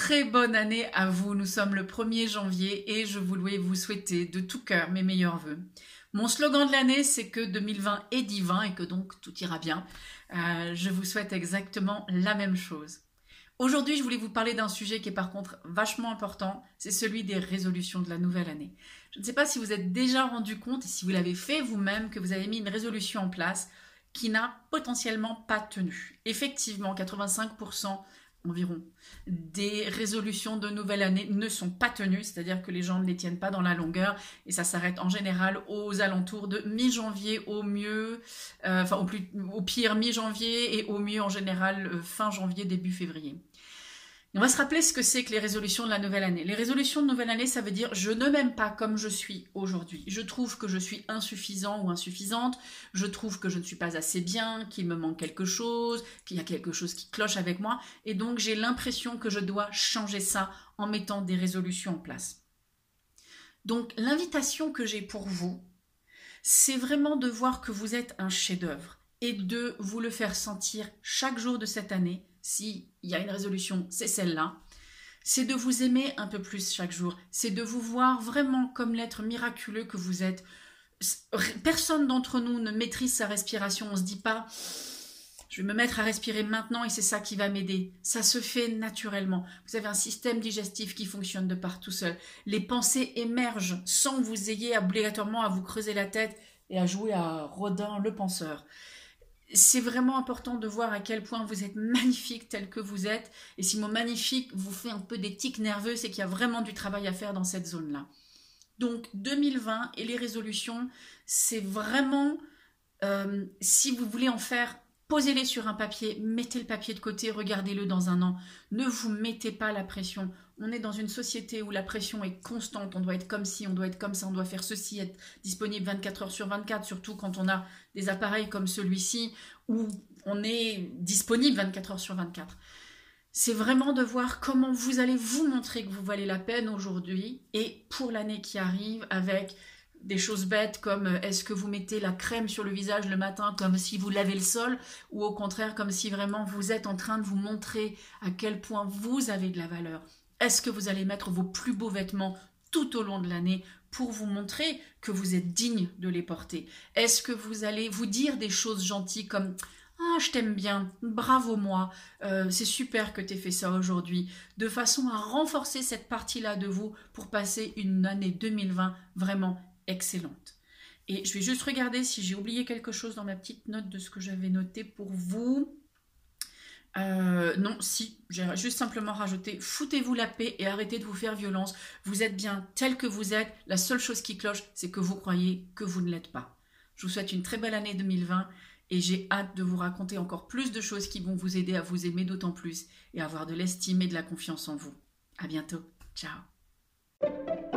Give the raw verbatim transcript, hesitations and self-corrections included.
très bonne année à vous. Nous sommes le premier janvier et je voulais vous souhaiter de tout cœur mes meilleurs vœux. Mon slogan de l'année, c'est que deux mille vingt est divin et que donc tout ira bien. Euh, je vous souhaite exactement la même chose. Aujourd'hui, je voulais vous parler d'un sujet qui est par contre vachement important, c'est celui des résolutions de la nouvelle année. Je ne sais pas si vous êtes déjà rendu compte et si vous l'avez fait vous-même que vous avez mis une résolution en place qui n'a potentiellement pas tenu. Effectivement, quatre-vingt-cinq pour cent environ des résolutions de nouvelle année ne sont pas tenues, c'est-à-dire que les gens ne les tiennent pas dans la longueur et ça s'arrête en général aux alentours de mi-janvier au mieux, euh, enfin au, plus, au pire mi-janvier et au mieux en général euh, fin janvier, début février. Et on va se rappeler ce que c'est que les résolutions de la nouvelle année. Les résolutions de nouvelle année, ça veut dire je ne m'aime pas comme je suis aujourd'hui. Je trouve que je suis insuffisant ou insuffisante. Je trouve que je ne suis pas assez bien, qu'il me manque quelque chose, qu'il y a quelque chose qui cloche avec moi. Et donc j'ai l'impression que je dois changer ça en mettant des résolutions en place. Donc l'invitation que j'ai pour vous, c'est vraiment de voir que vous êtes un chef-d'œuvre et de vous le faire sentir chaque jour de cette année. S'il y a une résolution, c'est celle-là. C'est de vous aimer un peu plus chaque jour. C'est de vous voir vraiment comme l'être miraculeux que vous êtes. Personne d'entre nous ne maîtrise sa respiration. On ne se dit pas « je vais me mettre à respirer maintenant et c'est ça qui va m'aider ». Ça se fait naturellement. Vous avez un système digestif qui fonctionne de par tout seul. Les pensées émergent sans que vous ayez obligatoirement à vous creuser la tête et à jouer à Rodin le penseur. C'est vraiment important de voir à quel point vous êtes magnifique tel que vous êtes. Et si mon magnifique vous fait un peu des tics nerveux, c'est qu'il y a vraiment du travail à faire dans cette zone-là. Donc deux mille vingt et les résolutions, c'est vraiment, euh, si vous voulez en faire, posez-les sur un papier, mettez le papier de côté, regardez-le dans un an. Ne vous mettez pas la pression. On est dans une société où la pression est constante. On doit être comme ci, on doit être comme ça, on doit faire ceci, être disponible vingt-quatre heures sur vingt-quatre, surtout quand on a des appareils comme celui-ci où on est disponible vingt-quatre heures sur vingt-quatre. C'est vraiment de voir comment vous allez vous montrer que vous valez la peine aujourd'hui et pour l'année qui arrive avec des choses bêtes comme est-ce que vous mettez la crème sur le visage le matin comme si vous lavez le sol ou au contraire comme si vraiment vous êtes en train de vous montrer à quel point vous avez de la valeur. Est-ce que vous allez mettre vos plus beaux vêtements tout au long de l'année pour vous montrer que vous êtes digne de les porter? Est-ce que vous allez vous dire des choses gentilles comme « Ah, je t'aime bien, bravo moi, euh, c'est super que tu aies fait ça aujourd'hui », de façon à renforcer cette partie-là de vous pour passer une année deux mille vingt vraiment excellente. Et je vais juste regarder si j'ai oublié quelque chose dans ma petite note de ce que j'avais noté pour vous. Euh, non, si, j'ai juste simplement rajouté « Foutez-vous la paix et arrêtez de vous faire violence. Vous êtes bien tel que vous êtes. La seule chose qui cloche, c'est que vous croyez que vous ne l'êtes pas. » Je vous souhaite une très belle année deux mille vingt et j'ai hâte de vous raconter encore plus de choses qui vont vous aider à vous aimer d'autant plus et à avoir de l'estime et de la confiance en vous. À bientôt. Ciao.